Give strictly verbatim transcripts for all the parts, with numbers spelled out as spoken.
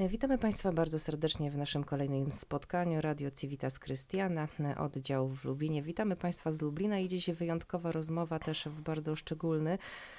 Witamy Państwa bardzo serdecznie w naszym kolejnym spotkaniu Radio Civitas Christiana, oddział w Lublinie. Witamy Państwa z Lublina i dziś wyjątkowa rozmowa też w bardzo szczególny,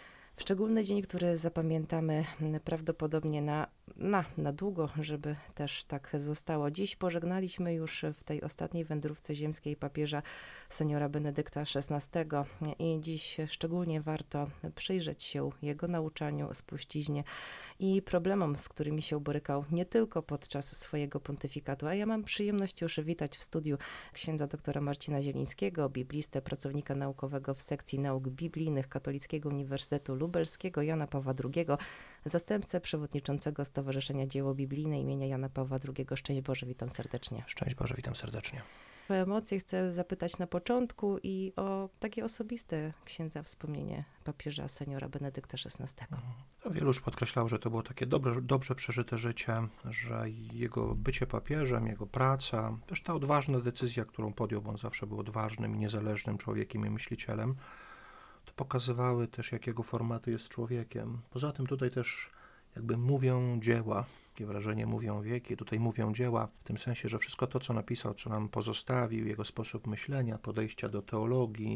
w szczególny dzień, który zapamiętamy prawdopodobnie na, na, na długo, żeby też tak zostało. Dziś pożegnaliśmy już w tej ostatniej wędrówce ziemskiej papieża seniora Benedykta szesnastego i dziś szczególnie warto przyjrzeć się jego nauczaniu, spuściźnie i problemom, z którymi się borykał nie tylko podczas swojego pontyfikatu, a ja mam przyjemność już witać w studiu księdza doktora Marcina Zielińskiego, biblistę, pracownika naukowego w sekcji nauk biblijnych Katolickiego Uniwersytetu Lubelskiego Jana Pawła drugiego, zastępcę przewodniczącego Stowarzyszenia Dzieło Biblijne imienia Jana Pawła drugiego. Szczęść Boże, witam serdecznie. Szczęść Boże, witam serdecznie. O emocje chcę zapytać na początku i o takie osobiste księdza wspomnienie papieża seniora Benedykta szesnastego. Wielu już podkreślało, że to było takie dobre, dobrze przeżyte życie, że jego bycie papieżem, jego praca, też ta odważna decyzja, którą podjął, bo on zawsze był odważnym i niezależnym człowiekiem i myślicielem, to pokazywały też, jakiego formatu jest człowiekiem. Poza tym tutaj też jakby mówią dzieła, takie wrażenie mówią wieki, tutaj mówią dzieła, w tym sensie, że wszystko to, co napisał, co nam pozostawił, jego sposób myślenia, podejścia do teologii,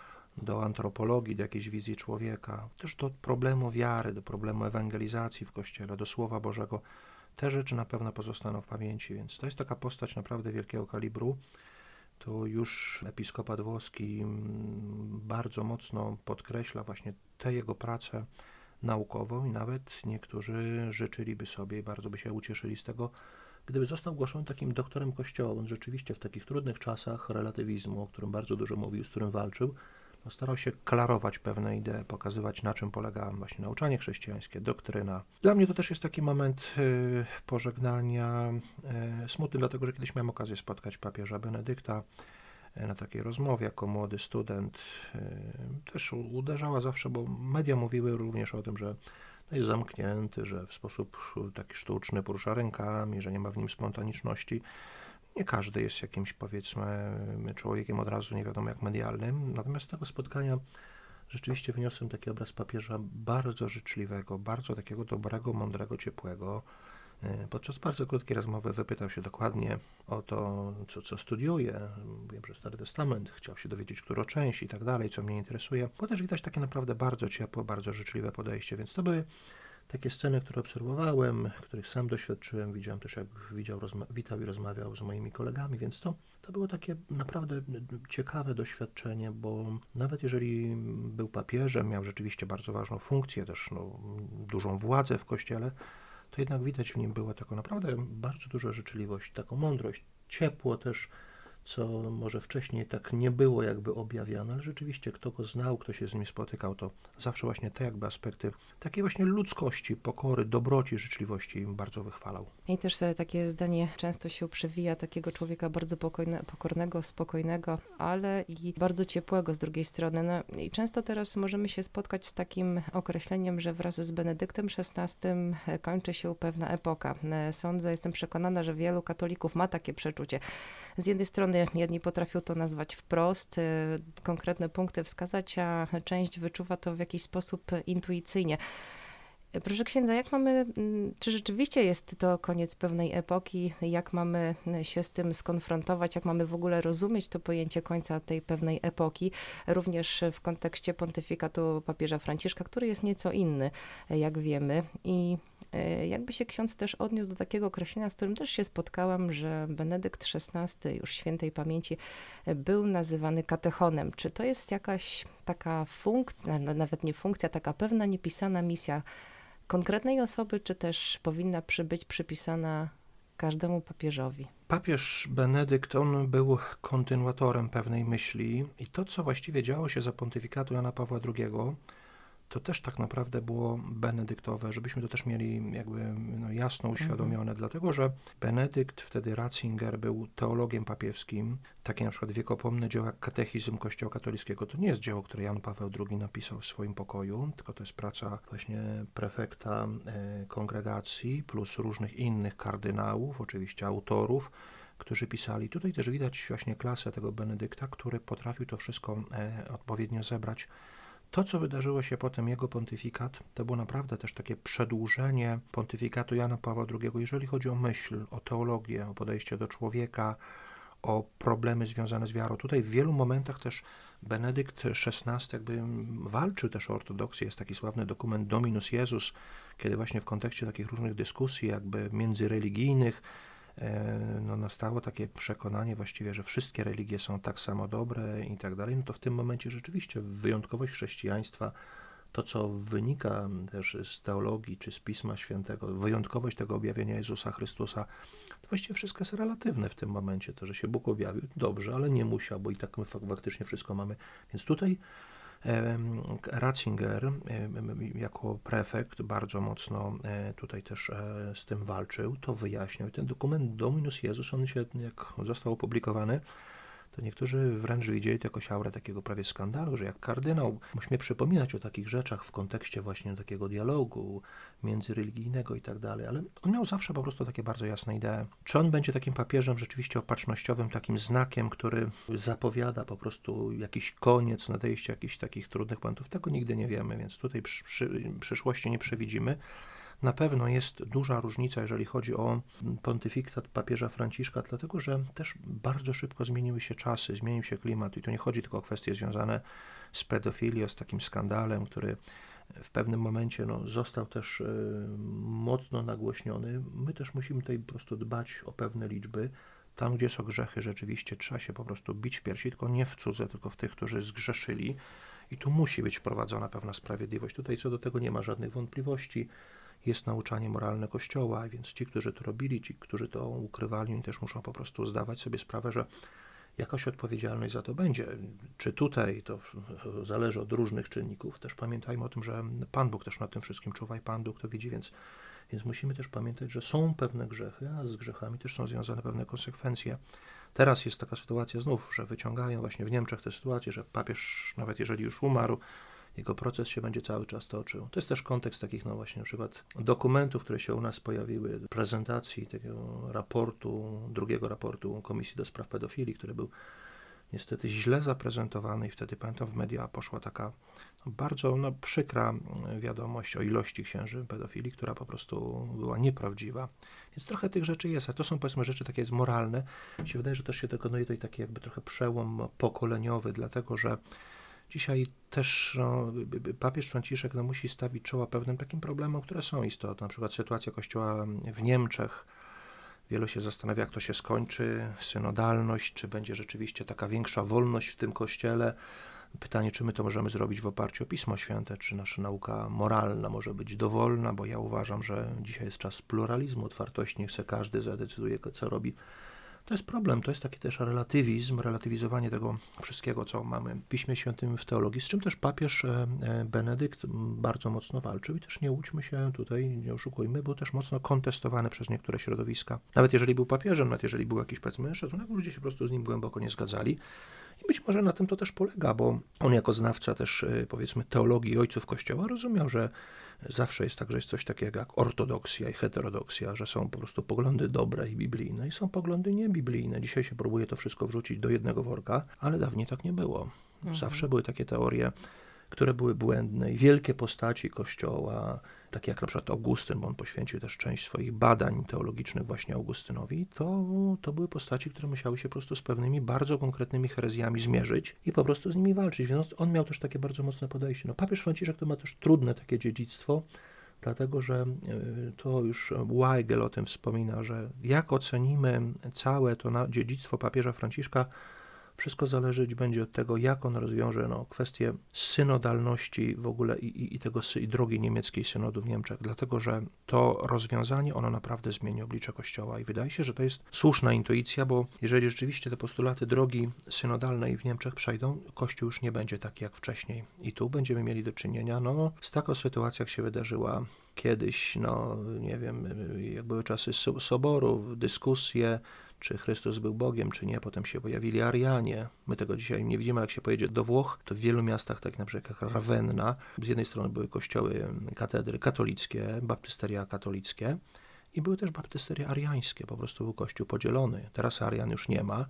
do antropologii, do jakiejś wizji człowieka, też do problemu wiary, do problemu ewangelizacji w Kościele, do Słowa Bożego, te rzeczy na pewno pozostaną w pamięci, więc to jest taka postać naprawdę wielkiego kalibru. To już episkopat włoski bardzo mocno podkreśla właśnie tę jego pracę naukową i nawet niektórzy życzyliby sobie i bardzo by się ucieszyli z tego, gdyby został ogłoszony takim doktorem Kościoła. On rzeczywiście w takich trudnych czasach relatywizmu, o którym bardzo dużo mówił, z którym walczył, no starał się klarować pewne idee, pokazywać, na czym polega właśnie nauczanie chrześcijańskie, doktryna. Dla mnie to też jest taki moment y, pożegnania y, smutny, dlatego że kiedyś miałem okazję spotkać papieża Benedykta y, na takiej rozmowie jako młody student. Y, też uderzała zawsze, bo media mówiły również o tym, że jest zamknięty, że w sposób taki sztuczny porusza rękami, że nie ma w nim spontaniczności. Nie każdy jest jakimś, powiedzmy, człowiekiem od razu nie wiadomo jak medialnym, natomiast z tego spotkania rzeczywiście wyniosłem taki obraz papieża bardzo życzliwego, bardzo takiego dobrego, mądrego, ciepłego. Podczas bardzo krótkiej rozmowy wypytał się dokładnie o to, co, co studiuje. Wiem, że Stary Testament, chciał się dowiedzieć, którą część i tak dalej, co mnie interesuje. Bo też widać takie naprawdę bardzo ciepłe, bardzo życzliwe podejście, więc to były takie sceny, które obserwowałem, których sam doświadczyłem, widziałem też, jak widział, rozma- witał i rozmawiał z moimi kolegami, więc to, to było takie naprawdę ciekawe doświadczenie, bo nawet jeżeli był papieżem, miał rzeczywiście bardzo ważną funkcję, też no, dużą władzę w Kościele, to jednak widać w nim było taką naprawdę bardzo dużo życzliwość, taką mądrość, ciepło też, co może wcześniej tak nie było jakby objawiane, ale rzeczywiście kto go znał, kto się z nim spotykał, to zawsze właśnie te jakby aspekty takiej właśnie ludzkości, pokory, dobroci, życzliwości bardzo wychwalał. I też takie zdanie często się przewija takiego człowieka bardzo pokojne, pokornego, spokojnego, ale i bardzo ciepłego z drugiej strony. No i często teraz możemy się spotkać z takim określeniem, że wraz z Benedyktem szesnastym kończy się pewna epoka. Sądzę, jestem przekonana, że wielu katolików ma takie przeczucie. Z jednej strony jedni potrafią to nazwać wprost, konkretne punkty wskazać, a część wyczuwa to w jakiś sposób intuicyjnie. Proszę księdza, jak mamy, czy rzeczywiście jest to koniec pewnej epoki, jak mamy się z tym skonfrontować, jak mamy w ogóle rozumieć to pojęcie końca tej pewnej epoki, również w kontekście pontyfikatu papieża Franciszka, który jest nieco inny, jak wiemy. I jakby się ksiądz też odniósł do takiego określenia, z którym też się spotkałam, że Benedykt szesnasty, już świętej pamięci, był nazywany katechonem. Czy to jest jakaś taka funkcja, nawet nie funkcja, taka pewna niepisana misja konkretnej osoby, czy też powinna być przypisana każdemu papieżowi? Papież Benedykt, on był kontynuatorem pewnej myśli i to, co właściwie działo się za pontyfikatu Jana Pawła drugiego, to też tak naprawdę było benedyktowe, żebyśmy to też mieli jakby no, jasno uświadomione, mm-hmm. dlatego że Benedykt, wtedy Ratzinger, był teologiem papiewskim. Takie na przykład wiekopomne dzieło jak Katechizm Kościoła Katolickiego, to nie jest dzieło, które Jan Paweł drugi napisał w swoim pokoju, tylko to jest praca właśnie prefekta e, kongregacji plus różnych innych kardynałów, oczywiście autorów, którzy pisali. Tutaj też widać właśnie klasę tego Benedykta, który potrafił to wszystko e, odpowiednio zebrać. to, co wydarzyło się potem, jego pontyfikat, to było naprawdę też takie przedłużenie pontyfikatu Jana Pawła drugiego, jeżeli chodzi o myśl, o teologię, o podejście do człowieka, o problemy związane z wiarą. Tutaj w wielu momentach też Benedykt szesnasty jakby walczył też o ortodoksję. Jest taki sławny dokument Dominus Jezus, kiedy właśnie w kontekście takich różnych dyskusji jakby międzyreligijnych no, nastało takie przekonanie właściwie, że wszystkie religie są tak samo dobre i tak dalej, no to w tym momencie rzeczywiście wyjątkowość chrześcijaństwa, to co wynika też z teologii czy z Pisma Świętego, wyjątkowość tego objawienia Jezusa Chrystusa, to właściwie wszystko jest relatywne w tym momencie. To, że się Bóg objawił, dobrze, ale nie musiał, bo i tak my faktycznie wszystko mamy. Więc tutaj Ratzinger jako prefekt bardzo mocno tutaj też z tym walczył, to wyjaśniał. I ten dokument Dominus Jezus, on się, jak został opublikowany, to niektórzy wręcz widzieli to jakoś aurę takiego prawie skandalu, że jak kardynał musimy przypominać o takich rzeczach w kontekście właśnie takiego dialogu międzyreligijnego i tak dalej, ale on miał zawsze po prostu takie bardzo jasne idee. Czy on będzie takim papieżem rzeczywiście opatrznościowym, takim znakiem, który zapowiada po prostu jakiś koniec, nadejście jakichś takich trudnych momentów, tego nigdy nie wiemy, więc tutaj przy, przy, przyszłości nie przewidzimy. Na pewno jest duża różnica, jeżeli chodzi o pontyfikat papieża Franciszka, dlatego że też bardzo szybko zmieniły się czasy, zmienił się klimat i tu nie chodzi tylko o kwestie związane z pedofilią, z takim skandalem, który w pewnym momencie no, został też y, mocno nagłośniony. My też musimy tutaj po prostu dbać o pewne liczby. Tam, gdzie są grzechy, rzeczywiście trzeba się po prostu bić w piersi, tylko nie w cudze, tylko w tych, którzy zgrzeszyli. I tu musi być wprowadzona pewna sprawiedliwość. Tutaj co do tego nie ma żadnych wątpliwości. Jest nauczanie moralne Kościoła, więc ci, którzy to robili, ci, którzy to ukrywali, oni też muszą po prostu zdawać sobie sprawę, że jakaś odpowiedzialność za to będzie. Czy tutaj, to zależy od różnych czynników. Też pamiętajmy o tym, że Pan Bóg też nad tym wszystkim czuwa i Pan Bóg to widzi, więc, więc musimy też pamiętać, że są pewne grzechy, a z grzechami też są związane pewne konsekwencje. Teraz jest taka sytuacja znów, że wyciągają właśnie w Niemczech tę sytuację, że papież, nawet jeżeli już umarł, jego proces się będzie cały czas toczył. To jest też kontekst takich, no właśnie, na przykład dokumentów, które się u nas pojawiły, prezentacji takiego raportu, drugiego raportu Komisji do Spraw Pedofilii, który był niestety źle zaprezentowany i wtedy, pamiętam, w media poszła taka bardzo no, przykra wiadomość o ilości księży pedofilii, która po prostu była nieprawdziwa. Więc trochę tych rzeczy jest, a to są, powiedzmy, rzeczy takie moralne. Mi się wydaje, że też się dokonuje tutaj taki jakby trochę przełom pokoleniowy, dlatego że dzisiaj też no, papież Franciszek no, musi stawić czoła pewnym takim problemom, które są istotne. Na przykład sytuacja Kościoła w Niemczech. Wielu się zastanawia, jak to się skończy, synodalność, czy będzie rzeczywiście taka większa wolność w tym Kościele. Pytanie, czy my to możemy zrobić w oparciu o Pismo Święte, czy nasza nauka moralna może być dowolna, bo ja uważam, że dzisiaj jest czas pluralizmu, otwartości, niech se każdy zadecyduje, co robi. To jest problem, to jest taki też relatywizm, relatywizowanie tego wszystkiego, co mamy w Piśmie Świętym, w teologii, z czym też papież Benedykt bardzo mocno walczył i też nie łudźmy się tutaj, nie oszukujmy, był też mocno kontestowany przez niektóre środowiska. Nawet jeżeli był papieżem, nawet jeżeli był jakiś, powiedzmy, szacunek, ludzie się po prostu z nim głęboko nie zgadzali. I być może na tym to też polega, bo on jako znawca też, powiedzmy, teologii ojców Kościoła rozumiał, że zawsze jest tak, że jest coś takiego jak ortodoksja i heterodoksja, że są po prostu poglądy dobre i biblijne i są poglądy niebiblijne. Dzisiaj się próbuje to wszystko wrzucić do jednego worka, ale dawniej tak nie było. Zawsze mhm. były takie teorie, które były błędne i wielkie postaci Kościoła, takie jak na przykład Augustyn, bo on poświęcił też część swoich badań teologicznych właśnie Augustynowi, to, to były postaci, które musiały się po prostu z pewnymi bardzo konkretnymi herezjami zmierzyć i po prostu z nimi walczyć. Więc on miał też takie bardzo mocne podejście. No, papież Franciszek to ma też trudne takie dziedzictwo, dlatego że to już Weigel o tym wspomina, że jak ocenimy całe to dziedzictwo papieża Franciszka, wszystko zależeć będzie od tego, jak on rozwiąże no, kwestię synodalności w ogóle i, i, i tego i drogi niemieckiej synodu w Niemczech, dlatego że to rozwiązanie, ono naprawdę zmieni oblicze Kościoła i wydaje się, że to jest słuszna intuicja, bo jeżeli rzeczywiście te postulaty drogi synodalnej w Niemczech przejdą, Kościół już nie będzie taki jak wcześniej i tu będziemy mieli do czynienia no, z taką sytuacją, jak się wydarzyła kiedyś, no nie wiem, jak były czasy soborów, dyskusje, czy Chrystus był Bogiem, czy nie. Potem się pojawili Arianie. My tego dzisiaj nie widzimy, jak się pojedzie do Włoch, to w wielu miastach, tak na przykład jak Ravenna, z jednej strony były kościoły, katedry katolickie, baptysteria katolickie i były też baptysteria ariańskie. Po prostu był kościół podzielony. Teraz Arian już nie ma,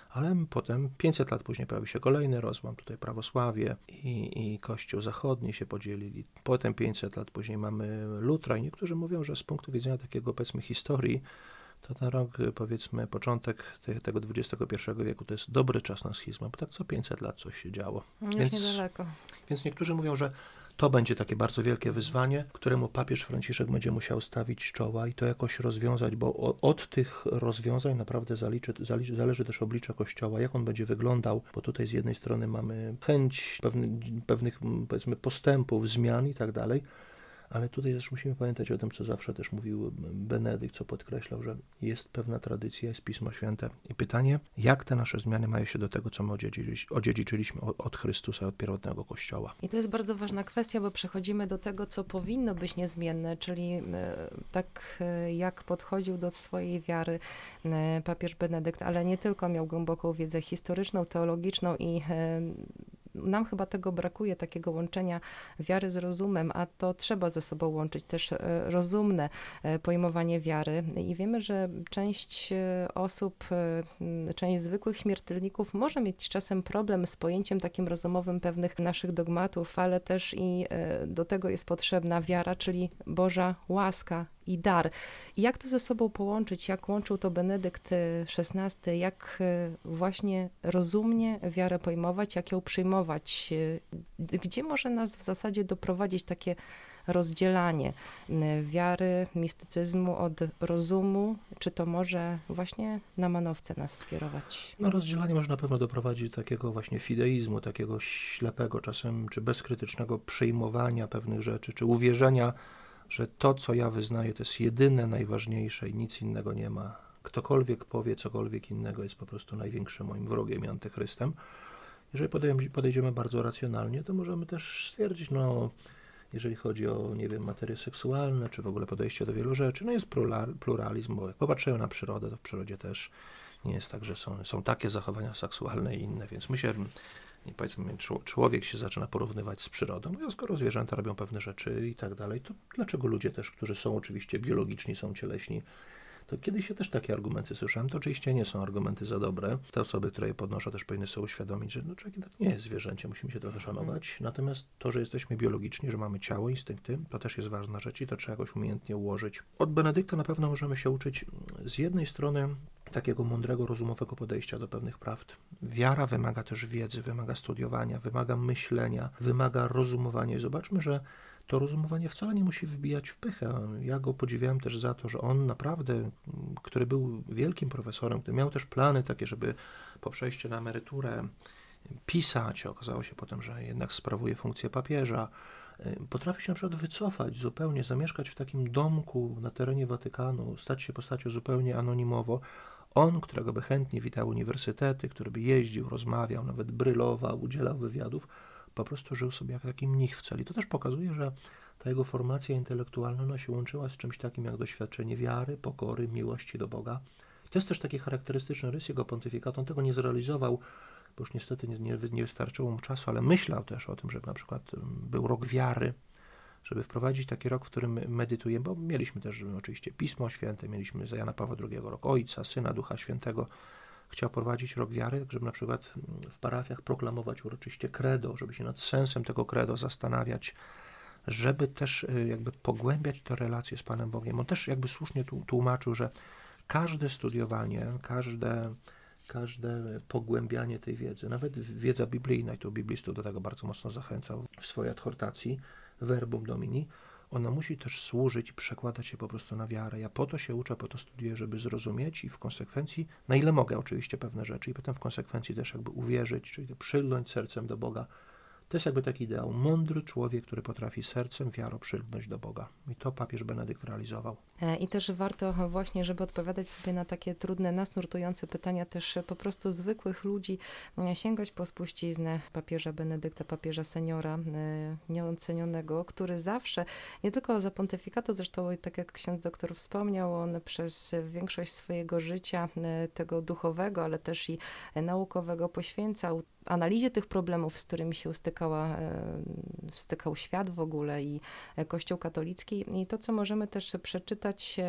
Ale potem pięćset lat później pojawił się kolejny rozłam, tutaj prawosławie i, i Kościół zachodni się podzielili. Potem pięćset lat później mamy Lutra i niektórzy mówią, że z punktu widzenia takiego, powiedzmy, historii, to ten rok, powiedzmy, początek te, tego dwudziestego pierwszego wieku to jest dobry czas na schizmę, bo tak co pięćset lat coś się działo. Już więc, niedaleko. Więc niektórzy mówią, że to będzie takie bardzo wielkie wyzwanie, któremu papież Franciszek będzie musiał stawić czoła i to jakoś rozwiązać, bo od tych rozwiązań naprawdę zaliczy, zaliczy, zależy też oblicze Kościoła, jak on będzie wyglądał, bo tutaj z jednej strony mamy chęć pewny, pewnych, powiedzmy, postępów, zmian i tak dalej, ale tutaj też musimy pamiętać o tym, co zawsze też mówił Benedykt, co podkreślał, że jest pewna tradycja, jest Pismo Święte. I pytanie, jak te nasze zmiany mają się do tego, co my odziedziczyliśmy od Chrystusa, od pierwotnego Kościoła. I to jest bardzo ważna kwestia, bo przechodzimy do tego, co powinno być niezmienne, czyli tak jak podchodził do swojej wiary papież Benedykt, ale nie tylko miał głęboką wiedzę historyczną, teologiczną i nam chyba tego brakuje, takiego łączenia wiary z rozumem, a to trzeba ze sobą łączyć też rozumne pojmowanie wiary. I wiemy, że część osób, część zwykłych śmiertelników może mieć czasem problem z pojęciem takim rozumowym pewnych naszych dogmatów, ale też i do tego jest potrzebna wiara, czyli Boża łaska i dar. I jak to ze sobą połączyć, jak łączył to Benedykt szesnasty, jak właśnie rozumnie wiarę pojmować, jak ją przyjmować, gdzie może nas w zasadzie doprowadzić takie rozdzielanie wiary, mistycyzmu od rozumu, czy to może właśnie na manowce nas skierować? No, rozdzielanie może na pewno doprowadzić do takiego właśnie fideizmu, takiego ślepego czasem, czy bezkrytycznego przyjmowania pewnych rzeczy, czy uwierzenia, że to, co ja wyznaję, to jest jedyne, najważniejsze i nic innego nie ma. Ktokolwiek powie cokolwiek innego, jest po prostu największym moim wrogiem i antychrystem. Jeżeli podejdziemy bardzo racjonalnie, to możemy też stwierdzić, no, jeżeli chodzi o, nie wiem, materie seksualne, czy w ogóle podejście do wielu rzeczy, no jest pluralizm, bo jak popatrzymy na przyrodę, to w przyrodzie też nie jest tak, że są, są takie zachowania seksualne i inne, więc my się... I powiedzmy, człowiek się zaczyna porównywać z przyrodą, no skoro zwierzęta robią pewne rzeczy i tak dalej, to dlaczego ludzie też, którzy są oczywiście biologiczni, są cieleśni, to kiedyś się też takie argumenty słyszałem, to oczywiście nie są argumenty za dobre. Te osoby, które je podnoszą, też powinny sobie uświadomić, że no, człowiek tak nie jest zwierzęciem, musimy się trochę szanować, natomiast to, że jesteśmy biologiczni, że mamy ciało, instynkty, to też jest ważna rzecz i to trzeba jakoś umiejętnie ułożyć. Od Benedykta na pewno możemy się uczyć z jednej strony takiego mądrego, rozumowego podejścia do pewnych prawd. Wiara wymaga też wiedzy, wymaga studiowania, wymaga myślenia, wymaga rozumowania i zobaczmy, że to rozumowanie wcale nie musi wbijać w pychę. Ja go podziwiałem też za to, że on naprawdę, który był wielkim profesorem, który miał też plany takie, żeby po przejściu na emeryturę pisać, okazało się potem, że jednak sprawuje funkcję papieża, potrafi się na przykład wycofać zupełnie, zamieszkać w takim domku na terenie Watykanu, stać się postacią zupełnie anonimowo. On, którego by chętnie witał uniwersytety, który by jeździł, rozmawiał, nawet brylował, udzielał wywiadów, po prostu żył sobie jak taki mnich w celi. To też pokazuje, że ta jego formacja intelektualna ona się łączyła z czymś takim jak doświadczenie wiary, pokory, miłości do Boga. To jest też taki charakterystyczny rys jego pontyfikatu. On tego nie zrealizował, bo już niestety nie, nie, nie wystarczyło mu czasu, ale myślał też o tym, żeby na przykład był rok wiary, żeby wprowadzić taki rok, w którym medytujemy, bo mieliśmy też oczywiście Pismo Święte, mieliśmy za Jana Pawła drugiego rok Ojca, Syna, Ducha Świętego. Chciał prowadzić rok wiary, żeby na przykład w parafiach proklamować uroczyście credo, żeby się nad sensem tego credo zastanawiać, żeby też jakby pogłębiać te relacje z Panem Bogiem. On też jakby słusznie tłumaczył, że każde studiowanie, każde, każde pogłębianie tej wiedzy, nawet wiedza biblijna, i tu biblistów do tego bardzo mocno zachęcał w swojej adhortacji, Verbum Domini, ona musi też służyć i przekładać się po prostu na wiarę. Ja po to się uczę, po to studiuję, żeby zrozumieć i w konsekwencji, na ile mogę oczywiście pewne rzeczy i potem w konsekwencji też jakby uwierzyć, czyli przylgnąć sercem do Boga. To jest jakby taki ideał. Mądry człowiek, który potrafi sercem, wiarą przylgnąć do Boga. I to papież Benedykt realizował. I też warto właśnie, żeby odpowiadać sobie na takie trudne, nas nurtujące pytania, też po prostu zwykłych ludzi, sięgać po spuściznę papieża Benedykta, papieża seniora, nieocenionego, który zawsze, nie tylko za pontyfikatu, zresztą tak jak ksiądz doktor wspomniał, on przez większość swojego życia, tego duchowego, ale też i naukowego poświęcał analizie tych problemów, z którymi się styka stykała, stykał świat w ogóle i Kościół katolicki. I to, co możemy też przeczytać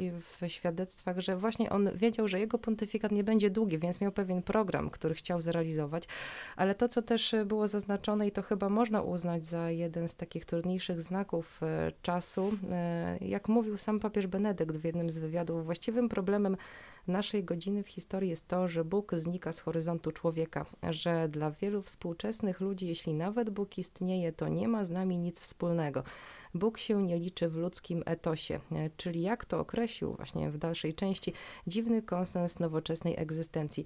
w świadectwach, że właśnie on wiedział, że jego pontyfikat nie będzie długi, więc miał pewien program, który chciał zrealizować. Ale to, co też było zaznaczone i to chyba można uznać za jeden z takich trudniejszych znaków czasu, jak mówił sam papież Benedykt w jednym z wywiadów, właściwym problemem naszej godziny w historii jest to, że Bóg znika z horyzontu człowieka, że dla wielu współczesnych ludzi, jeśli nawet Bóg istnieje, to nie ma z nami nic wspólnego. Bóg się nie liczy w ludzkim etosie, czyli jak to określił właśnie w dalszej części, dziwny konsens nowoczesnej egzystencji.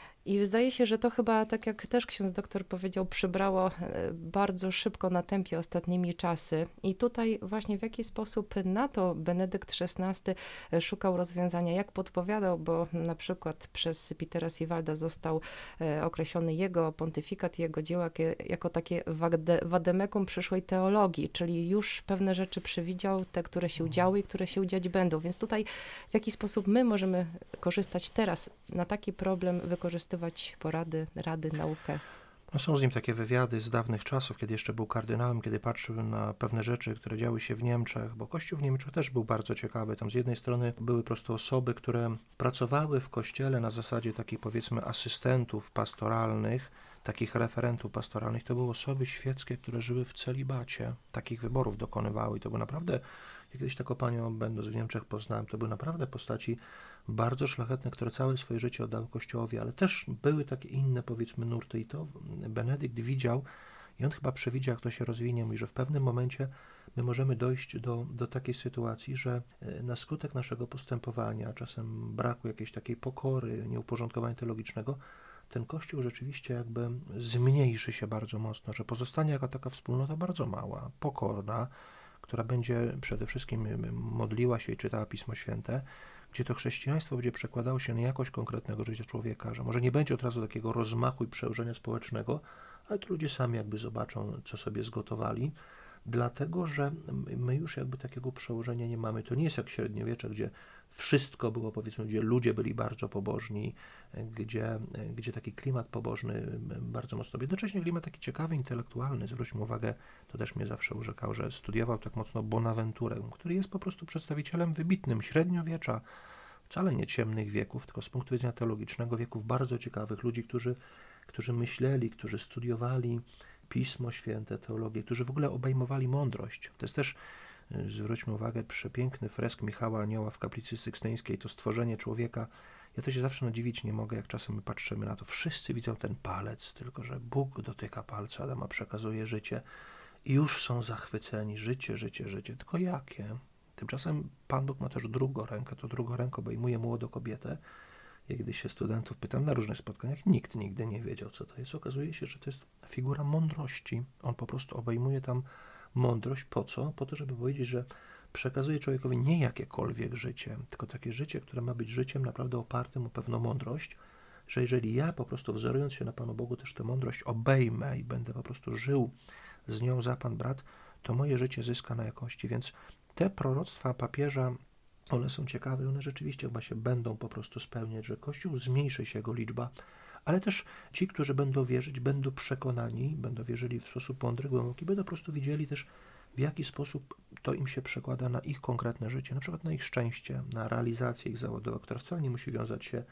I zdaje się, że to chyba, tak jak też ksiądz doktor powiedział, przybrało bardzo szybko na tempie ostatnimi czasy. I tutaj właśnie w jaki sposób na to Benedykt szesnasty szukał rozwiązania, jak podpowiadał, bo na przykład przez Petera Sivalda został określony jego pontyfikat, jego dzieła jako takie wademekum przyszłej teologii, czyli już pewne rzeczy przewidział, te, które się działy i które się dziać będą. Więc tutaj w jaki sposób my możemy korzystać teraz na taki problem, wykorzystywać porady, rady, naukę. No są z nim takie wywiady z dawnych czasów, kiedy jeszcze był kardynałem, kiedy patrzył na pewne rzeczy, które działy się w Niemczech, bo Kościół w Niemczech też był bardzo ciekawy. Tam z jednej strony były po prostu osoby, które pracowały w Kościele na zasadzie takich, powiedzmy, asystentów pastoralnych, takich referentów pastoralnych. To były osoby świeckie, które żyły w celibacie, takich wyborów dokonywały i to było naprawdę, ja kiedyś taką panią, będąc w Niemczech, poznałem, to były naprawdę postaci bardzo szlachetne, które całe swoje życie oddały Kościołowi, ale też były takie inne, powiedzmy, nurty i to Benedykt widział i on chyba przewidział, jak to się rozwinie, mówi, że w pewnym momencie my możemy dojść do, do takiej sytuacji, że na skutek naszego postępowania, czasem braku jakiejś takiej pokory, nieuporządkowania teologicznego, ten Kościół rzeczywiście jakby zmniejszy się bardzo mocno, że pozostanie jako taka wspólnota bardzo mała, pokorna, która będzie przede wszystkim modliła się i czytała Pismo Święte, gdzie to chrześcijaństwo będzie przekładało się na jakość konkretnego życia człowieka, że może nie będzie od razu takiego rozmachu i przełożenia społecznego, ale to ludzie sami jakby zobaczą, co sobie zgotowali, dlatego, że my już jakby takiego przełożenia nie mamy. To nie jest jak średniowiecze, gdzie wszystko było, powiedzmy, gdzie ludzie byli bardzo pobożni, gdzie, gdzie taki klimat pobożny bardzo mocno, jednocześnie klimat taki ciekawy, intelektualny. Zwróćmy uwagę, to też mnie zawsze urzekał, że studiował tak mocno Bonaventurę, który jest po prostu przedstawicielem wybitnym średniowiecza, wcale nie ciemnych wieków, tylko z punktu widzenia teologicznego wieków bardzo ciekawych ludzi, którzy, którzy myśleli, którzy studiowali Pismo Święte, teologię, którzy w ogóle obejmowali mądrość. To jest też, zwróćmy uwagę, przepiękny fresk Michała Anioła w kaplicy sykstyńskiej, to stworzenie człowieka. Ja to się zawsze nadziwić nie mogę, jak czasem my patrzymy na to. Wszyscy widzą ten palec, tylko że Bóg dotyka palca Adama, przekazuje życie i już są zachwyceni. Życie, życie, życie. Tylko jakie? Tymczasem Pan Bóg ma też drugą rękę. To drugą ręką obejmuje młodą kobietę. Ja kiedy się studentów pytam na różnych spotkaniach, nikt nigdy nie wiedział, co to jest. Okazuje się, że to jest figura mądrości. On po prostu obejmuje tam mądrość. Po co? Po to, żeby powiedzieć, że przekazuje człowiekowi nie jakiekolwiek życie, tylko takie życie, które ma być życiem naprawdę opartym o pewną mądrość, że jeżeli ja po prostu wzorując się na Panu Bogu też tę mądrość obejmę i będę po prostu żył z nią za Pan brat, to moje życie zyska na jakości. Więc te proroctwa papieża, one są ciekawe, one rzeczywiście chyba się będą po prostu spełniać, że Kościół zmniejszy się jego liczba, ale też ci, którzy będą wierzyć, będą przekonani, będą wierzyli w sposób mądry, głęboki, będą po prostu widzieli też, w jaki sposób to im się przekłada na ich konkretne życie, na przykład na ich szczęście, na realizację ich zawodową, która wcale nie musi wiązać się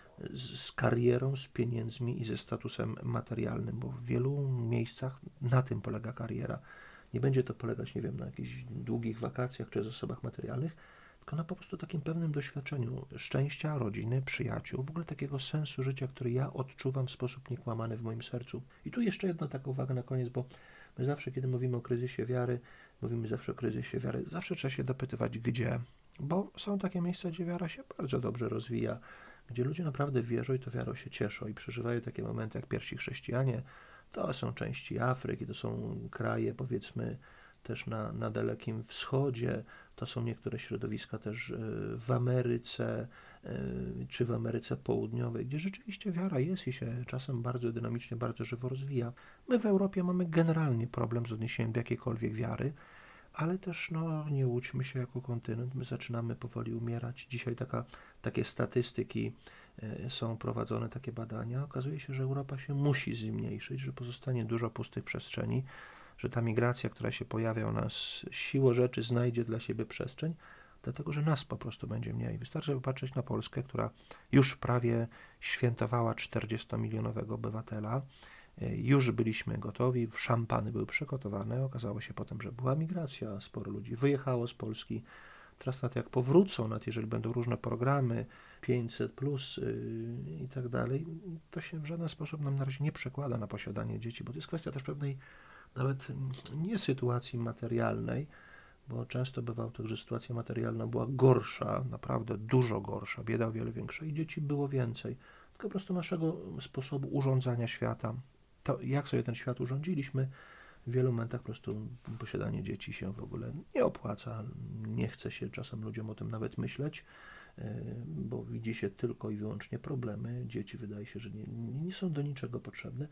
z, z karierą, z pieniędzmi i ze statusem materialnym, bo w wielu miejscach na tym polega kariera. Nie będzie to polegać, nie wiem, na jakichś długich wakacjach czy zasobach materialnych, tylko na po prostu takim pewnym doświadczeniu szczęścia, rodziny, przyjaciół, w ogóle takiego sensu życia, który ja odczuwam w sposób niekłamany w moim sercu. I tu jeszcze jedna taka uwaga na koniec, bo my zawsze, kiedy mówimy o kryzysie wiary, mówimy zawsze o kryzysie wiary, zawsze trzeba się dopytywać, gdzie, bo są takie miejsca, gdzie wiara się bardzo dobrze rozwija, gdzie ludzie naprawdę wierzą i to wiarą się cieszą i przeżywają takie momenty jak pierwsi chrześcijanie. To są części Afryki, to są kraje, powiedzmy, też na, na Dalekim Wschodzie, to są niektóre środowiska też w Ameryce czy w Ameryce Południowej, gdzie rzeczywiście wiara jest i się czasem bardzo dynamicznie, bardzo żywo rozwija. My w Europie mamy generalnie problem z odniesieniem do jakiejkolwiek wiary, ale też no, nie łudźmy się jako kontynent, my zaczynamy powoli umierać. Dzisiaj taka, takie statystyki są prowadzone takie badania, okazuje się, że Europa się musi zmniejszyć, że pozostanie dużo pustych przestrzeni, że ta migracja, która się pojawia u nas, siłą rzeczy znajdzie dla siebie przestrzeń, dlatego że nas po prostu będzie mniej. Wystarczy popatrzeć na Polskę, która już prawie świętowała czterdziestomilionowego obywatela. Już byliśmy gotowi, szampany były przygotowane. Okazało się potem, że była migracja, sporo ludzi wyjechało z Polski. Teraz nawet jak powrócą, nawet jeżeli będą różne programy, pięćset plus yy, i tak dalej, to się w żaden sposób nam na razie nie przekłada na posiadanie dzieci, bo to jest kwestia też pewnej nawet nie sytuacji materialnej, bo często bywało tak, że sytuacja materialna była gorsza, naprawdę dużo gorsza, bieda o wiele większa i dzieci było więcej. Tylko po prostu naszego sposobu urządzania świata, to jak sobie ten świat urządziliśmy, w wielu momentach po prostu posiadanie dzieci się w ogóle nie opłaca, nie chce się czasem ludziom o tym nawet myśleć, bo widzi się tylko i wyłącznie problemy. Dzieci wydaje się, że nie, nie są do niczego potrzebne.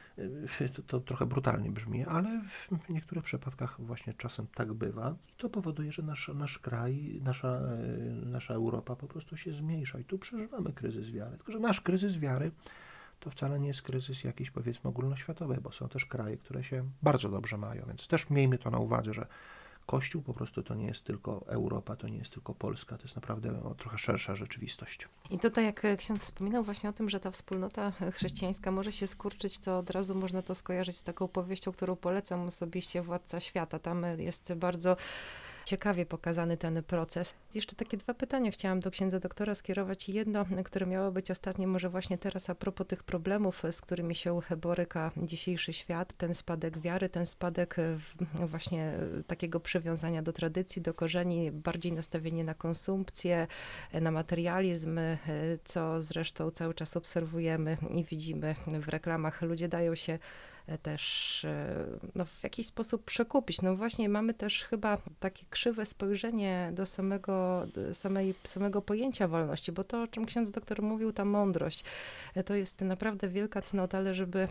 To, to trochę brutalnie brzmi, ale w niektórych przypadkach właśnie czasem tak bywa. I to powoduje, że nasz, nasz kraj, nasza, nasza Europa po prostu się zmniejsza i tu przeżywamy kryzys wiary. Tylko że nasz kryzys wiary to wcale nie jest kryzys jakiś, powiedzmy, ogólnoświatowy, bo są też kraje, które się bardzo dobrze mają, więc też miejmy to na uwadze, że Kościół po prostu to nie jest tylko Europa, to nie jest tylko Polska, to jest naprawdę o, trochę szersza rzeczywistość. I tutaj jak ksiądz wspominał właśnie o tym, że ta wspólnota chrześcijańska może się skurczyć, to od razu można to skojarzyć z taką powieścią, którą polecam osobiście, Władca Świata. Tam jest bardzo ciekawie pokazany ten proces. Jeszcze takie dwa pytania chciałam do księdza doktora skierować. Jedno, które miało być ostatnie, może właśnie teraz a propos tych problemów, z którymi się boryka dzisiejszy świat, ten spadek wiary, ten spadek właśnie takiego przywiązania do tradycji, do korzeni, bardziej nastawienie na konsumpcję, na materializm, co zresztą cały czas obserwujemy i widzimy w reklamach. Ludzie dają się też no, w jakiś sposób przekupić. No właśnie mamy też chyba takie krzywe spojrzenie do samego, do samej, samego pojęcia wolności, bo to, o czym ksiądz doktor mówił, ta mądrość, to jest naprawdę wielka cnota, ale żeby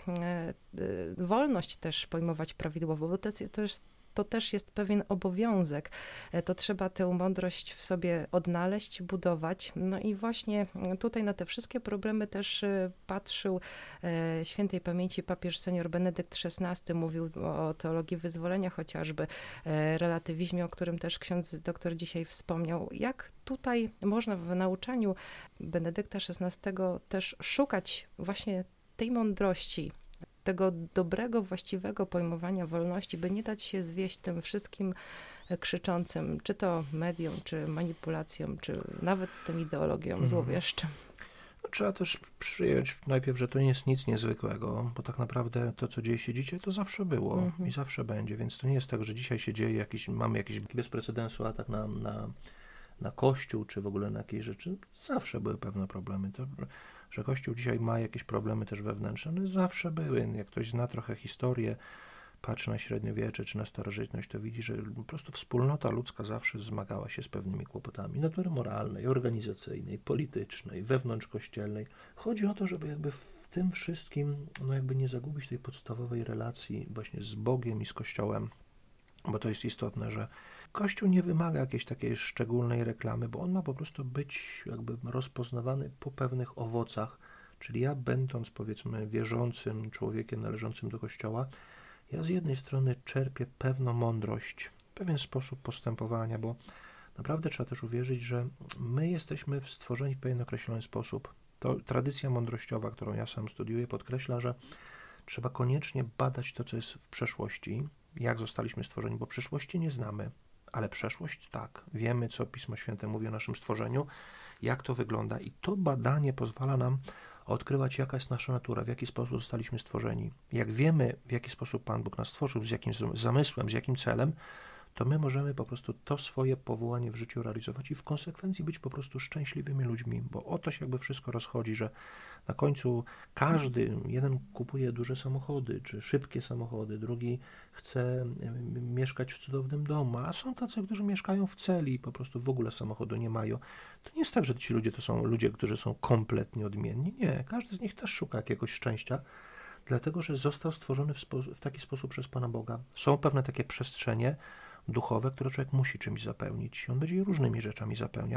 wolność też pojmować prawidłowo, bo to jest, to jest to też jest pewien obowiązek. To trzeba tę mądrość w sobie odnaleźć, budować. No i właśnie tutaj na te wszystkie problemy też patrzył świętej pamięci papież senior Benedykt szesnasty, mówił o teologii wyzwolenia chociażby, relatywizmie, o którym też ksiądz doktor dzisiaj wspomniał. Jak tutaj można w nauczaniu Benedykta szesnastego też szukać właśnie tej mądrości, tego dobrego, właściwego pojmowania wolności, by nie dać się zwieść tym wszystkim krzyczącym, czy to mediom, czy manipulacjom, czy nawet tym ideologiom mm. złowieszczym. No, trzeba też przyjąć najpierw, że to nie jest nic niezwykłego, bo tak naprawdę to, co dzieje się dzisiaj, to zawsze było mm-hmm. i zawsze będzie, więc to nie jest tak, że dzisiaj się dzieje jakiś, mamy jakiś bez precedensu atak na, na, na Kościół, czy w ogóle na jakieś rzeczy. Zawsze były pewne problemy. To, że Kościół dzisiaj ma jakieś problemy też wewnętrzne, no zawsze były. Jak ktoś zna trochę historię, patrzy na średniowiecze czy na starożytność, to widzi, że po prostu wspólnota ludzka zawsze zmagała się z pewnymi kłopotami natury moralnej, organizacyjnej, politycznej, wewnątrzkościelnej. Chodzi o to, żeby jakby w tym wszystkim, no jakby nie zagubić tej podstawowej relacji właśnie z Bogiem i z Kościołem, bo to jest istotne, że Kościół nie wymaga jakiejś takiej szczególnej reklamy, bo on ma po prostu być jakby rozpoznawany po pewnych owocach, czyli ja będąc powiedzmy wierzącym człowiekiem należącym do Kościoła, ja z jednej strony czerpię pewną mądrość, pewien sposób postępowania, bo naprawdę trzeba też uwierzyć, że my jesteśmy stworzeni w pewien określony sposób. To tradycja mądrościowa, którą ja sam studiuję, podkreśla, że trzeba koniecznie badać to, co jest w przeszłości, jak zostaliśmy stworzeni, bo przyszłości nie znamy, ale przeszłość tak. Wiemy, co Pismo Święte mówi o naszym stworzeniu, jak to wygląda i to badanie pozwala nam odkrywać, jaka jest nasza natura, w jaki sposób zostaliśmy stworzeni. Jak wiemy, w jaki sposób Pan Bóg nas stworzył, z jakim zamysłem, z jakim celem, to my możemy po prostu to swoje powołanie w życiu realizować i w konsekwencji być po prostu szczęśliwymi ludźmi, bo o to się jakby wszystko rozchodzi, że na końcu każdy, jeden kupuje duże samochody, czy szybkie samochody, drugi chce mieszkać w cudownym domu, a są tacy, którzy mieszkają w celi i po prostu w ogóle samochodu nie mają. To nie jest tak, że ci ludzie to są ludzie, którzy są kompletnie odmienni. Nie, każdy z nich też szuka jakiegoś szczęścia, dlatego że został stworzony w, spo- w taki sposób przez Pana Boga. Są pewne takie przestrzenie duchowe, które człowiek musi czymś zapełnić. On będzie je różnymi rzeczami zapełniał,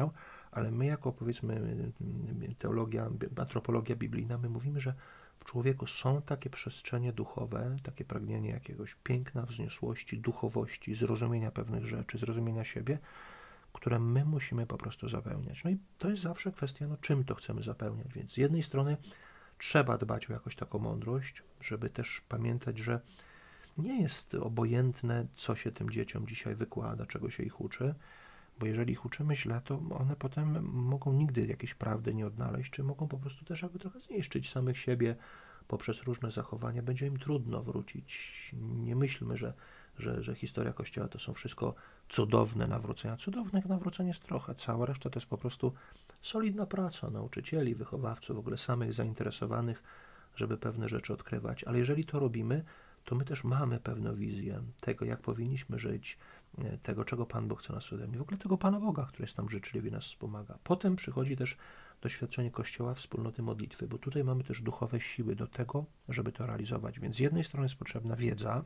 ale my jako, powiedzmy, teologia, antropologia biblijna, my mówimy, że w człowieku są takie przestrzenie duchowe, takie pragnienie jakiegoś piękna, wzniosłości, duchowości, zrozumienia pewnych rzeczy, zrozumienia siebie, które my musimy po prostu zapełniać. No i to jest zawsze kwestia, no czym to chcemy zapełniać. Więc z jednej strony trzeba dbać o jakąś taką mądrość, żeby też pamiętać, że nie jest obojętne, co się tym dzieciom dzisiaj wykłada, czego się ich uczy, bo jeżeli ich uczymy źle, to one potem mogą nigdy jakiejś prawdy nie odnaleźć, czy mogą po prostu też jakby trochę zniszczyć samych siebie poprzez różne zachowania. Będzie im trudno wrócić. Nie myślmy, że, że, że historia Kościoła to są wszystko cudowne nawrócenia. Cudownych nawróceń jest trochę, cała reszta to jest po prostu solidna praca nauczycieli, wychowawców, w ogóle samych zainteresowanych, żeby pewne rzeczy odkrywać. Ale jeżeli to robimy, to my też mamy pewną wizję tego, jak powinniśmy żyć, tego, czego Pan Bóg chce nas ode mnie, w ogóle tego Pana Boga, który jest nam życzliwy i nas wspomaga. Potem przychodzi też doświadczenie Kościoła, wspólnoty modlitwy, bo tutaj mamy też duchowe siły do tego, żeby to realizować. Więc z jednej strony jest potrzebna wiedza,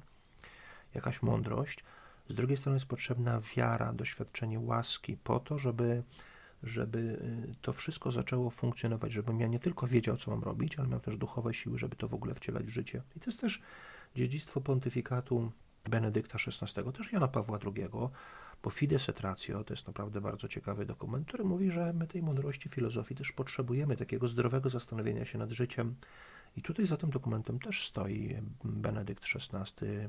jakaś mądrość, z drugiej strony jest potrzebna wiara, doświadczenie łaski po to, żeby, żeby to wszystko zaczęło funkcjonować, żebym ja nie tylko wiedział, co mam robić, ale miał też duchowe siły, żeby to w ogóle wcielać w życie. I to jest też dziedzictwo pontyfikatu Benedykta szesnastego, też Jana Pawła drugiego, bo Fides et Ratio to jest naprawdę bardzo ciekawy dokument, który mówi, że my tej mądrości filozofii też potrzebujemy, takiego zdrowego zastanowienia się nad życiem. I tutaj za tym dokumentem też stoi Benedykt szesnasty,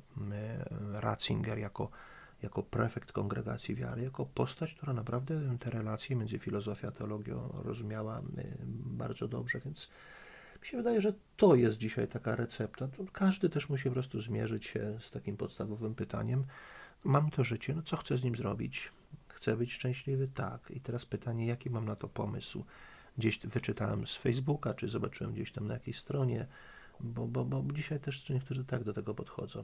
Ratzinger jako, jako prefekt Kongregacji Wiary, jako postać, która naprawdę te relacje między filozofią a teologią rozumiała bardzo dobrze, więc mi się wydaje, że to jest dzisiaj taka recepta. Każdy też musi po prostu zmierzyć się z takim podstawowym pytaniem. Mam to życie, no co chcę z nim zrobić? Chcę być szczęśliwy? Tak. I teraz pytanie, jaki mam na to pomysł? Gdzieś wyczytałem z Facebooka, czy zobaczyłem gdzieś tam na jakiejś stronie, bo, bo, bo dzisiaj też niektórzy tak do tego podchodzą.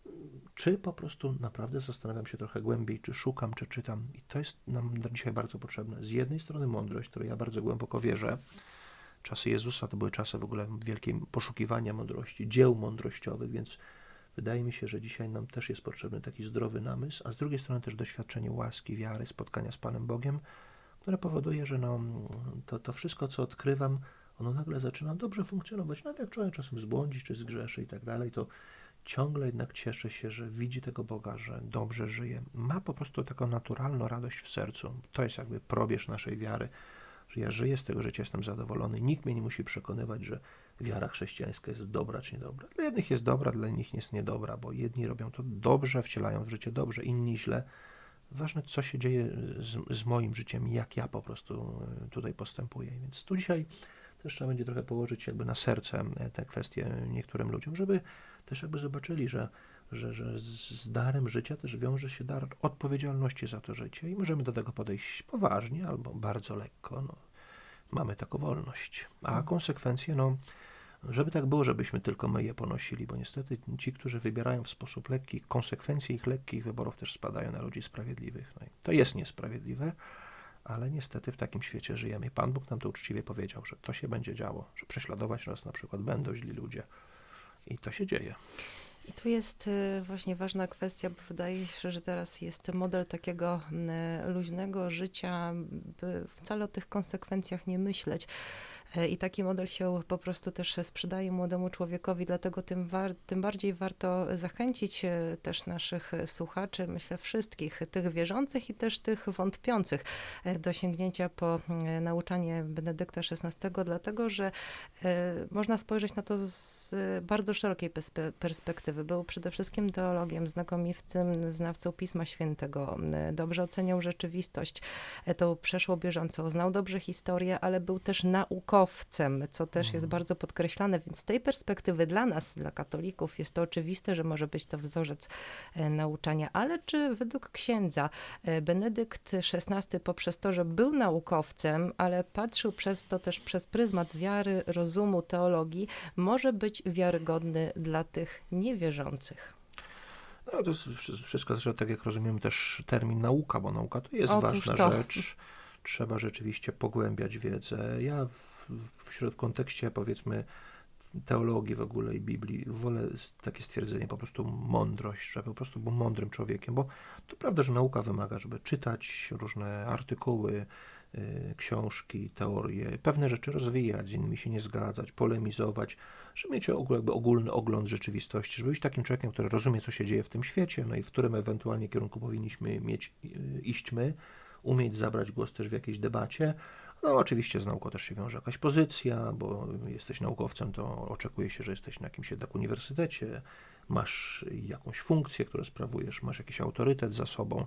Czy po prostu naprawdę zastanawiam się trochę głębiej, czy szukam, czy czytam. I to jest nam dzisiaj bardzo potrzebne. Z jednej strony mądrość, której ja bardzo głęboko wierzę. Czasy Jezusa to były czasy w ogóle wielkiej poszukiwania mądrości, dzieł mądrościowych, więc wydaje mi się, że dzisiaj nam też jest potrzebny taki zdrowy namysł, a z drugiej strony też doświadczenie łaski, wiary, spotkania z Panem Bogiem, które powoduje, że no, to, to wszystko, co odkrywam, ono nagle zaczyna dobrze funkcjonować. Nawet jak człowiek czasem zbłądzi, czy zgrzeszy i tak dalej, to ciągle jednak cieszy się, że widzi tego Boga, że dobrze żyje. Ma po prostu taką naturalną radość w sercu. To jest jakby probierz naszej wiary, że ja żyję z tego życia, jestem zadowolony. Nikt mnie nie musi przekonywać, że wiara chrześcijańska jest dobra czy niedobra. Dla jednych jest dobra, dla innych jest niedobra, bo jedni robią to dobrze, wcielają w życie dobrze, inni źle. Ważne, co się dzieje z, z moim życiem i jak ja po prostu tutaj postępuję. Więc tu dzisiaj też trzeba będzie trochę położyć jakby na serce te kwestie niektórym ludziom, żeby też jakby zobaczyli, że, że, że z darem życia też wiąże się dar odpowiedzialności za to życie i możemy do tego podejść poważnie albo bardzo lekko. No, mamy taką wolność. A konsekwencje, no, żeby tak było, żebyśmy tylko my je ponosili, bo niestety ci, którzy wybierają w sposób lekki, konsekwencje ich lekkich wyborów też spadają na ludzi sprawiedliwych. No i to jest niesprawiedliwe, ale niestety w takim świecie żyjemy. I Pan Bóg nam to uczciwie powiedział, że to się będzie działo, że prześladować nas na przykład będą źli ludzie. I to się dzieje. I tu jest właśnie ważna kwestia, bo wydaje się, że teraz jest model takiego luźnego życia, by wcale o tych konsekwencjach nie myśleć. I taki model się po prostu też sprzedaje młodemu człowiekowi, dlatego tym, war, tym bardziej warto zachęcić też naszych słuchaczy, myślę wszystkich, tych wierzących i też tych wątpiących do sięgnięcia po nauczanie Benedykta szesnastego, dlatego że można spojrzeć na to z bardzo szerokiej perspektywy. Był przede wszystkim teologiem, znakomitym znawcą Pisma Świętego, dobrze oceniał rzeczywistość, tą przeszło bieżącą, znał dobrze historię, ale był też naukowcem, co też jest bardzo podkreślane, więc z tej perspektywy dla nas, dla katolików, jest to oczywiste, że może być to wzorzec nauczania. Ale czy według księdza Benedykt szesnasty poprzez to, że był naukowcem, ale patrzył przez to też przez pryzmat wiary, rozumu, teologii, może być wiarygodny dla tych niewierzących? No to jest wszystko, zresztą tak jak rozumiemy też termin nauka, bo nauka to jest Otóż ważna to. rzecz. Trzeba rzeczywiście pogłębiać wiedzę. Ja w, w kontekście, powiedzmy, teologii w ogóle i Biblii wolę takie stwierdzenie, po prostu mądrość, że po prostu był mądrym człowiekiem, bo to prawda, że nauka wymaga, żeby czytać różne artykuły, książki, teorie, pewne rzeczy rozwijać, z innymi się nie zgadzać, polemizować, żeby mieć jakby ogólny ogląd rzeczywistości, żeby być takim człowiekiem, który rozumie, co się dzieje w tym świecie, no i w którym ewentualnie kierunku powinniśmy mieć, iść my, umieć zabrać głos też w jakiejś debacie. No oczywiście z nauką też się wiąże jakaś pozycja, bo jesteś naukowcem, to oczekuje się, że jesteś na jakimś jednak uniwersytecie, masz jakąś funkcję, którą sprawujesz, masz jakiś autorytet za sobą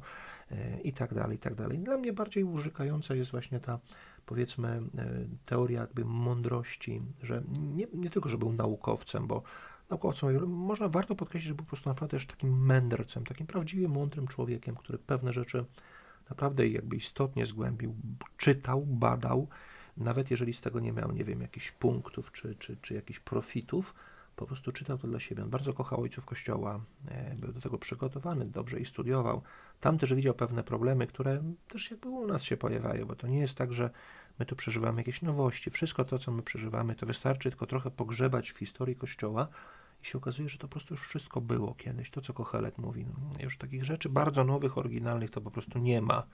i tak dalej, i tak dalej. Dla mnie bardziej urzekająca jest właśnie ta, powiedzmy, teoria jakby mądrości, że nie, nie tylko, że był naukowcem, bo naukowcem, można, warto podkreślić, że był po prostu naprawdę też takim mędrcem, takim prawdziwie mądrym człowiekiem, który pewne rzeczy naprawdę jakby istotnie zgłębił, czytał, badał, nawet jeżeli z tego nie miał, nie wiem, jakichś punktów czy, czy, czy jakichś profitów, po prostu czytał to dla siebie. On bardzo kochał ojców Kościoła, był do tego przygotowany, dobrze i studiował. Tam też widział pewne problemy, które też jakby u nas się pojawiają, bo to nie jest tak, że my tu przeżywamy jakieś nowości. Wszystko to, co my przeżywamy, to wystarczy tylko trochę pogrzebać w historii Kościoła i się okazuje, że to po prostu już wszystko było kiedyś. To, co Kochelet mówi. No, już takich rzeczy bardzo nowych, oryginalnych to po prostu nie ma.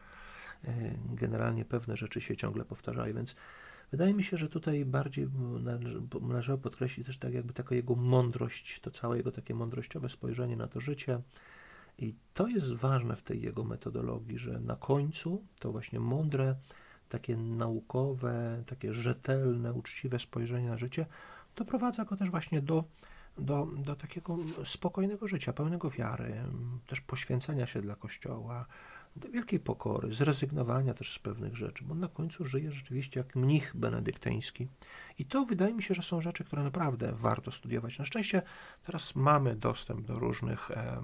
Generalnie pewne rzeczy się ciągle powtarzają, więc wydaje mi się, że tutaj bardziej należało podkreślić też tak jakby taką jego mądrość, to całe jego takie mądrościowe spojrzenie na to życie. I to jest ważne w tej jego metodologii, że na końcu to właśnie mądre, takie naukowe, takie rzetelne, uczciwe spojrzenie na życie doprowadza go też właśnie do, do, do takiego spokojnego życia, pełnego wiary, też poświęcenia się dla Kościoła, do wielkiej pokory, zrezygnowania też z pewnych rzeczy, bo on na końcu żyje rzeczywiście jak mnich benedyktyński. I to wydaje mi się, że są rzeczy, które naprawdę warto studiować. Na szczęście teraz mamy dostęp do różnych e, e,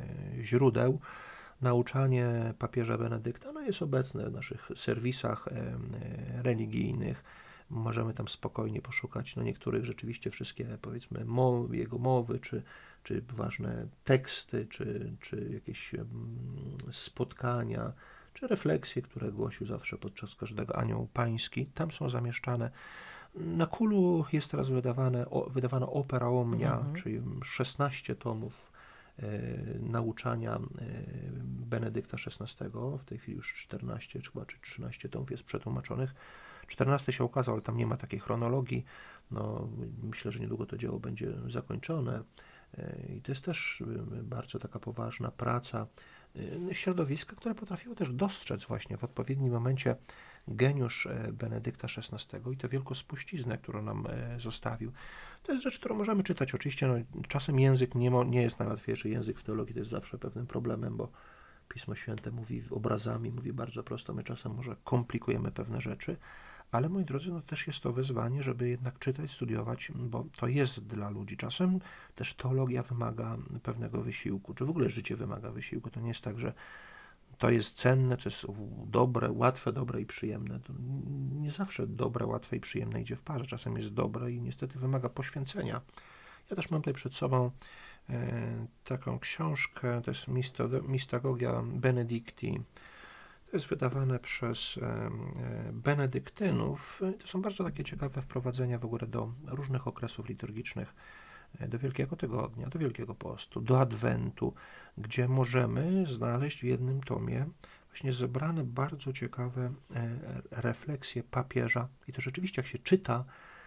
źródeł. Nauczanie papieża Benedykta no jest obecne w naszych serwisach e, e, religijnych. Możemy tam spokojnie poszukać no niektórych rzeczywiście wszystkie, powiedzmy, mowy, jego mowy, czy, czy ważne teksty, czy, czy jakieś spotkania, czy refleksje, które głosił zawsze podczas każdego Anioł Pański. Tam są zamieszczane. Na Kulu jest teraz wydawane, o, wydawana Opera Omnia, mhm. czyli szesnaście tomów e, nauczania e, Benedykta szesnastego. W tej chwili już czternaście czy, chyba, czy trzynaście tomów jest przetłumaczonych. czternasty się ukazał, ale tam nie ma takiej chronologii. No, myślę, że niedługo to dzieło będzie zakończone. I to jest też bardzo taka poważna praca środowiska, które potrafiło też dostrzec właśnie w odpowiednim momencie geniusz Benedykta szesnastego i tę wielką spuściznę, którą nam zostawił. To jest rzecz, którą możemy czytać. Oczywiście no, czasem język nie, mo, nie jest najłatwiejszy. Język w teologii to jest zawsze pewnym problemem, bo Pismo Święte mówi obrazami, mówi bardzo prosto. My czasem może komplikujemy pewne rzeczy, ale moi drodzy, no też jest to wyzwanie, żeby jednak czytać, studiować, bo to jest dla ludzi. Czasem też teologia wymaga pewnego wysiłku, czy w ogóle życie wymaga wysiłku. To nie jest tak, że to jest cenne, to jest dobre, łatwe, dobre i przyjemne. To nie zawsze dobre, łatwe i przyjemne idzie w parze. Czasem jest dobre i niestety wymaga poświęcenia. Ja też mam tutaj przed sobą e, taką książkę, to jest Mystagogia Benedicti. To jest wydawane przez e, benedyktynów. To są bardzo takie ciekawe wprowadzenia w ogóle do różnych okresów liturgicznych, do Wielkiego Tygodnia, do Wielkiego Postu, do Adwentu, gdzie możemy znaleźć w jednym tomie właśnie zebrane bardzo ciekawe e, refleksje papieża. I to rzeczywiście, jak się czyta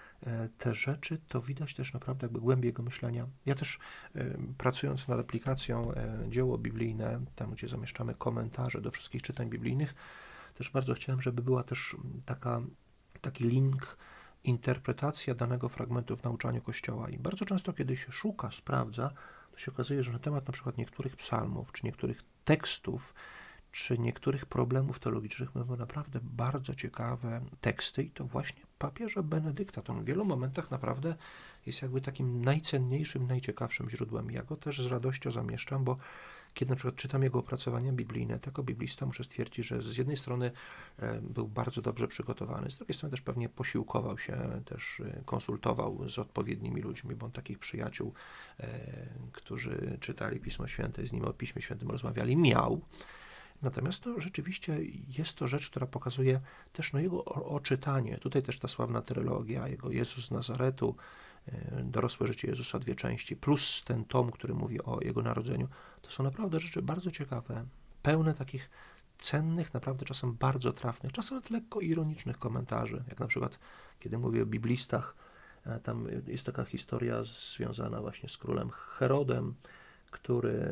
te rzeczy, to widać też naprawdę jakby głębię jego myślenia. Ja też e, pracując nad aplikacją e, Dzieło Biblijne, tam gdzie zamieszczamy komentarze do wszystkich czytań biblijnych, też bardzo chciałem, żeby była też taka, taki link, interpretacja danego fragmentu w nauczaniu Kościoła. I bardzo często, kiedy się szuka, sprawdza, to się okazuje, że na temat na przykład niektórych psalmów, czy niektórych tekstów, czy niektórych problemów teologicznych mamy naprawdę bardzo ciekawe teksty i to właśnie papieża Benedykta. To w wielu momentach naprawdę jest jakby takim najcenniejszym, najciekawszym źródłem. Ja go też z radością zamieszczam, bo kiedy na przykład czytam jego opracowania biblijne, jako biblista muszę stwierdzić, że z jednej strony e, był bardzo dobrze przygotowany, z drugiej strony też pewnie posiłkował się, też e, konsultował z odpowiednimi ludźmi, bo on takich przyjaciół, e, którzy czytali Pismo Święte, z nim o Piśmie Świętym rozmawiali, miał. Natomiast no, rzeczywiście jest to rzecz, która pokazuje też no, jego oczytanie. Tutaj też ta sławna trylogia, jego Jezus z Nazaretu, dorosłe życie Jezusa, dwie części, plus ten tom, który mówi o jego narodzeniu. To są naprawdę rzeczy bardzo ciekawe, pełne takich cennych, naprawdę czasem bardzo trafnych, czasem nawet lekko ironicznych komentarzy, jak na przykład, kiedy mówię o biblistach, tam jest taka historia związana właśnie z królem Herodem, który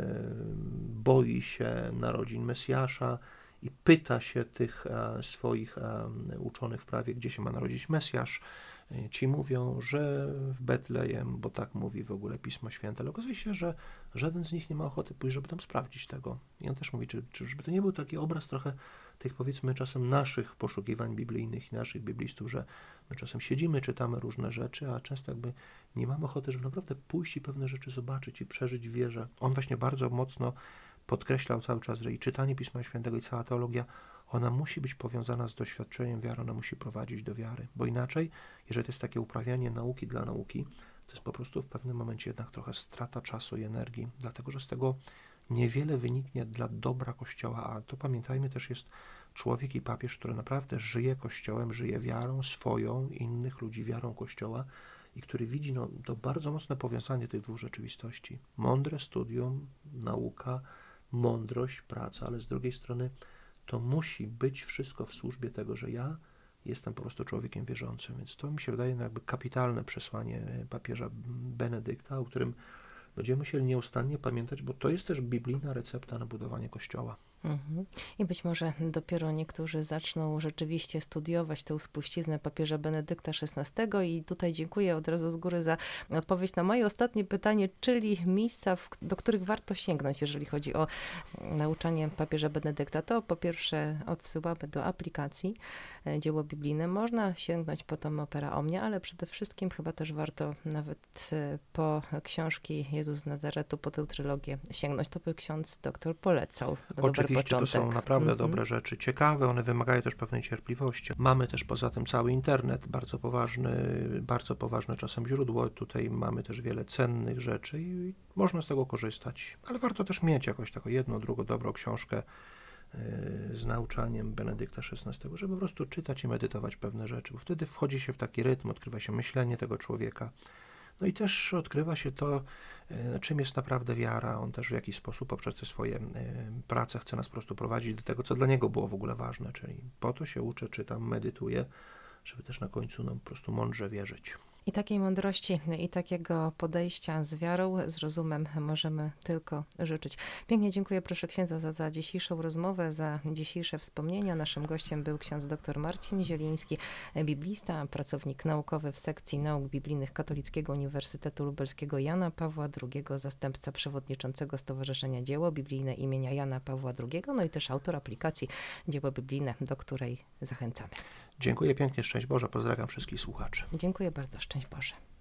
boi się narodzin Mesjasza i pyta się tych swoich uczonych w prawie, gdzie się ma narodzić Mesjasz. Ci mówią, że w Betlejem, bo tak mówi w ogóle Pismo Święte, ale okazuje się, że żaden z nich nie ma ochoty pójść, żeby tam sprawdzić tego. I on też mówi, czy, czy żeby to nie był taki obraz trochę tych, powiedzmy, czasem naszych poszukiwań biblijnych i naszych biblistów, że my czasem siedzimy, czytamy różne rzeczy, a często jakby nie mamy ochoty, żeby naprawdę pójść i pewne rzeczy zobaczyć i przeżyć w wierze. On właśnie bardzo mocno podkreślał cały czas, że i czytanie Pisma Świętego, i cała teologia, ona musi być powiązana z doświadczeniem wiary, ona musi prowadzić do wiary, bo inaczej, jeżeli to jest takie uprawianie nauki dla nauki, to jest po prostu w pewnym momencie jednak trochę strata czasu i energii, dlatego że z tego niewiele wyniknie dla dobra Kościoła, a to pamiętajmy też jest człowiek i papież, który naprawdę żyje Kościołem, żyje wiarą swoją, innych ludzi wiarą Kościoła i który widzi no, to bardzo mocne powiązanie tych dwóch rzeczywistości. Mądre studium, nauka, mądrość, praca, ale z drugiej strony to musi być wszystko w służbie tego, że ja jestem po prostu człowiekiem wierzącym. Więc to mi się wydaje no jakby kapitalne przesłanie papieża Benedykta, o którym będziemy musieli nieustannie pamiętać, bo to jest też biblijna recepta na budowanie Kościoła. Mhm. I być może dopiero niektórzy zaczną rzeczywiście studiować tę spuściznę papieża Benedykta szesnastego i tutaj dziękuję od razu z góry za odpowiedź na moje ostatnie pytanie, czyli miejsca, w, do których warto sięgnąć, jeżeli chodzi o nauczanie papieża Benedykta. To po pierwsze odsyłamy do aplikacji Dzieło Biblijne. Można sięgnąć po tom Opera Omnia, ale przede wszystkim chyba też warto nawet po książki Jezus z Nazaretu, po tę trylogię sięgnąć. To by ksiądz doktor polecał. Oczywiście to są naprawdę mm-hmm. dobre rzeczy, ciekawe, one wymagają też pewnej cierpliwości. Mamy też poza tym cały internet, bardzo poważny, bardzo poważne czasem źródło. Tutaj mamy też wiele cennych rzeczy i można z tego korzystać, ale warto też mieć jakoś taką jedną, drugą dobrą książkę z nauczaniem Benedykta szesnastego, żeby po prostu czytać i medytować pewne rzeczy, bo wtedy wchodzi się w taki rytm, odkrywa się myślenie tego człowieka. No i też odkrywa się to, czym jest naprawdę wiara. On też w jakiś sposób poprzez te swoje prace chce nas po prostu prowadzić do tego, co dla niego było w ogóle ważne, czyli po to się uczę, czytam, medytuję, żeby też na końcu no, po prostu mądrze wierzyć. I takiej mądrości i takiego podejścia z wiarą, z rozumem możemy tylko życzyć. Pięknie dziękuję proszę księdza za, za dzisiejszą rozmowę, za dzisiejsze wspomnienia. Naszym gościem był ksiądz dr Marcin Zieliński, biblista, pracownik naukowy w sekcji nauk biblijnych Katolickiego Uniwersytetu Lubelskiego Jana Pawła drugiego, zastępca przewodniczącego Stowarzyszenia Dzieło Biblijne imienia Jana Pawła drugiego, no i też autor aplikacji Dzieło Biblijne, do której zachęcamy. Dziękuję pięknie, szczęść Boże, pozdrawiam wszystkich słuchaczy. Dziękuję bardzo, szczęść Boże.